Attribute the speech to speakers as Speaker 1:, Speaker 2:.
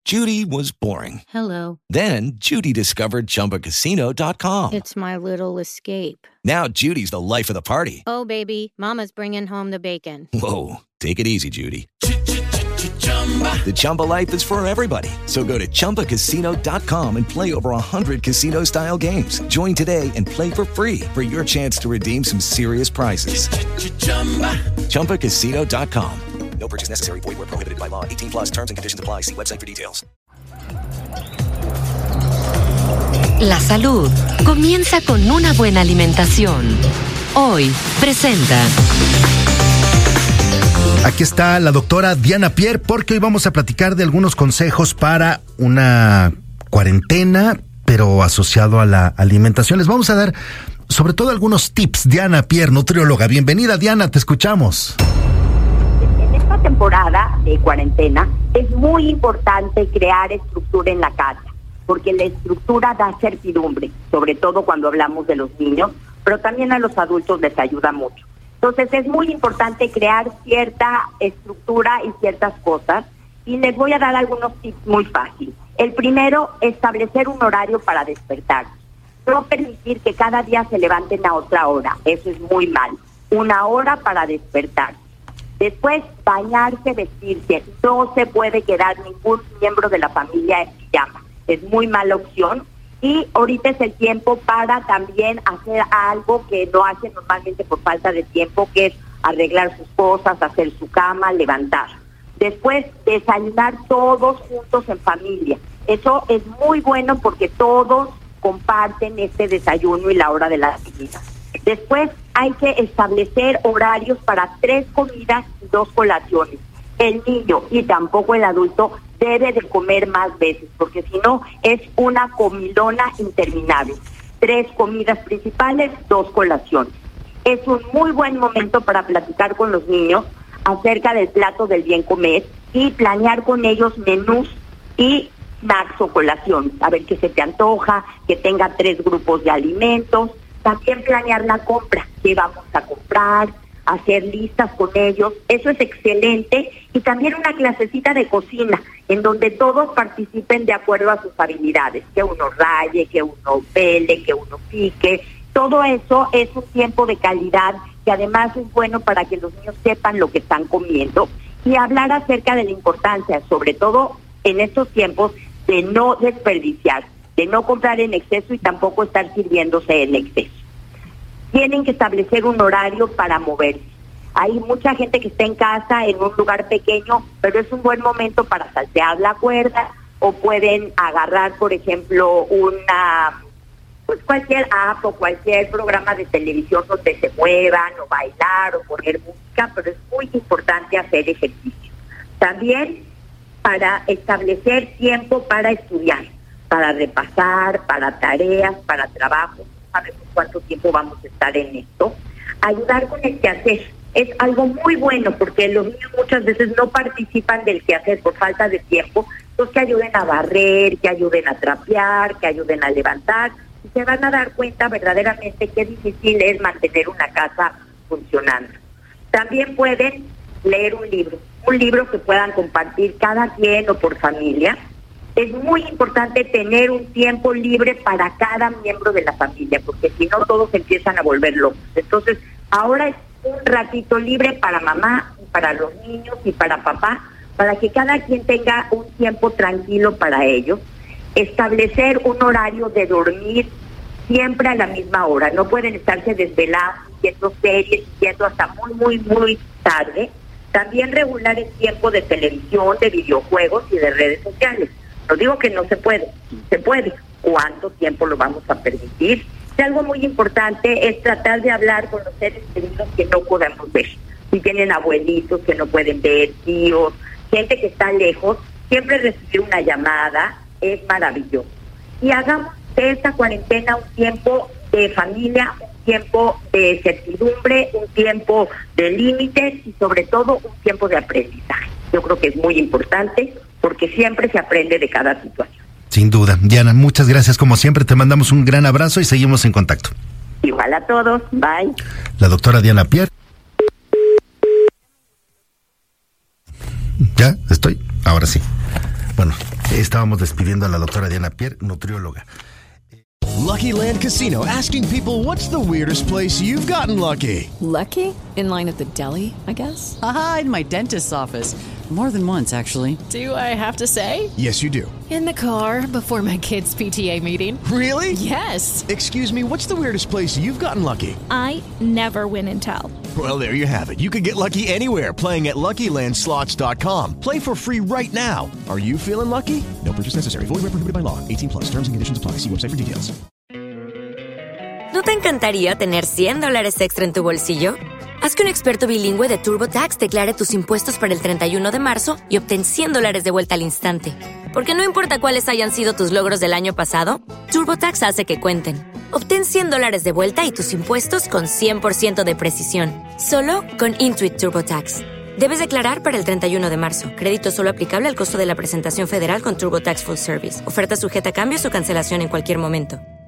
Speaker 1: Judy was boring.
Speaker 2: Hello.
Speaker 1: Then Judy discovered ChumbaCasino.com.
Speaker 2: It's my little escape.
Speaker 1: Now Judy's the life of the party.
Speaker 2: Oh, baby, mama's bringing home the bacon.
Speaker 1: Whoa, take it easy, Judy. The Chumba life is for everybody. So go to ChumbaCasino.com and play over 100 casino-style games. Join today and play for free for your chance to redeem some serious prizes. ChumbaCasino.com. No purchase necessary. Void where prohibited by law. 18 plus terms and conditions apply. See website for details.
Speaker 3: La salud comienza con una buena alimentación. Hoy presenta.
Speaker 4: Aquí está la doctora Diana Pierre, porque hoy vamos a platicar de algunos consejos para una cuarentena, pero asociado a la alimentación. Les vamos a dar sobre todo algunos tips. Diana Pierre, nutrióloga. Bienvenida, Diana, te escuchamos.
Speaker 5: En esta temporada de cuarentena es muy importante crear estructura en la casa, porque la estructura da certidumbre, sobre todo cuando hablamos de los niños, pero también a los adultos les ayuda mucho. Entonces es muy importante crear cierta estructura y ciertas cosas, y les voy a dar algunos tips muy fáciles. El primero, establecer un horario para despertar. No permitir que cada día se levanten a otra hora, eso es muy mal. Una hora para despertar. Después, bañarse, vestirse. No se puede quedar ningún miembro de la familia en pijama. Es muy mala opción. Y ahorita es el tiempo para también hacer algo que no hacen normalmente por falta de tiempo, que es arreglar sus cosas, hacer su cama, levantar. Después, desayunar todos juntos en familia. Eso es muy bueno porque todos comparten este desayuno y la hora de la comida. Después, hay que establecer horarios para 3 comidas y 2 colaciones. El niño y tampoco el adulto debe de comer más veces, porque si no es una comilona interminable. 3 comidas principales, 2 colaciones. Es un muy buen momento para platicar con los niños acerca del plato del bien comer y planear con ellos menús y snacks o colaciones. A ver qué se te antoja, que tenga 3 grupos de alimentos. También planear la compra, qué vamos a comprar, hacer listas con ellos, eso es excelente. Y también una clasecita de cocina, en donde todos participen de acuerdo a sus habilidades, que uno raye, que uno pele, que uno pique. Todo eso es un tiempo de calidad, que además es bueno para que los niños sepan lo que están comiendo, y hablar acerca de la importancia, sobre todo en estos tiempos, de no desperdiciar, de no comprar en exceso y tampoco estar sirviéndose en exceso. Tienen que establecer un horario para moverse. Hay mucha gente que está en casa, en un lugar pequeño, pero es un buen momento para saltear la cuerda, o pueden agarrar, por ejemplo, cualquier app o cualquier programa de televisión donde se muevan, o bailar, o poner música, pero es muy importante hacer ejercicio. También para establecer tiempo para estudiar, para repasar, para tareas, para trabajo. Sabemos cuánto tiempo vamos a estar en esto. Ayudar con el quehacer es algo muy bueno, porque los niños muchas veces no participan del quehacer por falta de tiempo. Entonces, que ayuden a barrer, que ayuden a trapear, que ayuden a levantar, y se van a dar cuenta verdaderamente qué difícil es mantener una casa funcionando. También pueden leer un libro que puedan compartir cada quien o por familia. Es muy importante tener un tiempo libre para cada miembro de la familia, porque si no todos empiezan a volver locos. Entonces, ahora es un ratito libre para mamá, y para los niños y para papá, para que cada quien tenga un tiempo tranquilo para ellos. Establecer un horario de dormir siempre a la misma hora. No pueden estarse desvelando, viendo series, viendo hasta muy tarde. También regular el tiempo de televisión, de videojuegos y de redes sociales. No digo que no se puede, se puede. ¿Cuánto tiempo lo vamos a permitir? Y algo muy importante es tratar de hablar con los seres queridos que no podemos ver. Si tienen abuelitos que no pueden ver, tíos, gente que está lejos, siempre recibir una llamada es maravilloso. Y hagamos de esta cuarentena un tiempo de familia, un tiempo de certidumbre, un tiempo de límites y sobre todo un tiempo de aprendizaje. Yo creo que es muy importante, porque siempre se aprende de cada situación.
Speaker 4: Sin duda. Diana, muchas gracias como siempre. Te mandamos un gran abrazo y seguimos en contacto.
Speaker 5: Igual a todos. Bye.
Speaker 4: La doctora Diana Pierre. ¿Ya? ¿Estoy? Ahora sí. Bueno, estábamos despidiendo a la doctora Diana Pierre, nutrióloga.
Speaker 6: Lucky Land Casino, asking people, what's the weirdest place you've gotten lucky?
Speaker 7: Lucky? In line at the deli, I guess?
Speaker 8: Aha, in my dentist's office. More than once, actually.
Speaker 7: Do I have to say?
Speaker 6: Yes, you do.
Speaker 7: In the car before my kids' PTA meeting.
Speaker 6: Really?
Speaker 7: Yes.
Speaker 6: Excuse me, what's the weirdest place you've gotten lucky?
Speaker 9: I never win and tell.
Speaker 6: Well, there you have it. You can get lucky anywhere, playing at LuckyLandSlots.com. Play for free right now. Are you feeling lucky? No purchase necessary. Void where prohibited by law. 18+. Terms and conditions apply. See website for details.
Speaker 3: ¿No te encantaría tener $100 extra en tu bolsillo? Haz que un experto bilingüe de TurboTax declare tus impuestos para el 31 de marzo y obtén $100 de vuelta al instante. Porque no importa cuáles hayan sido tus logros del año pasado, TurboTax hace que cuenten. Obtén $100 de vuelta y tus impuestos con 100% de precisión. Solo con Intuit TurboTax. Debes declarar para el 31 de marzo. Crédito solo aplicable al costo de la presentación federal con TurboTax Full Service. Oferta sujeta a cambios o cancelación en cualquier momento.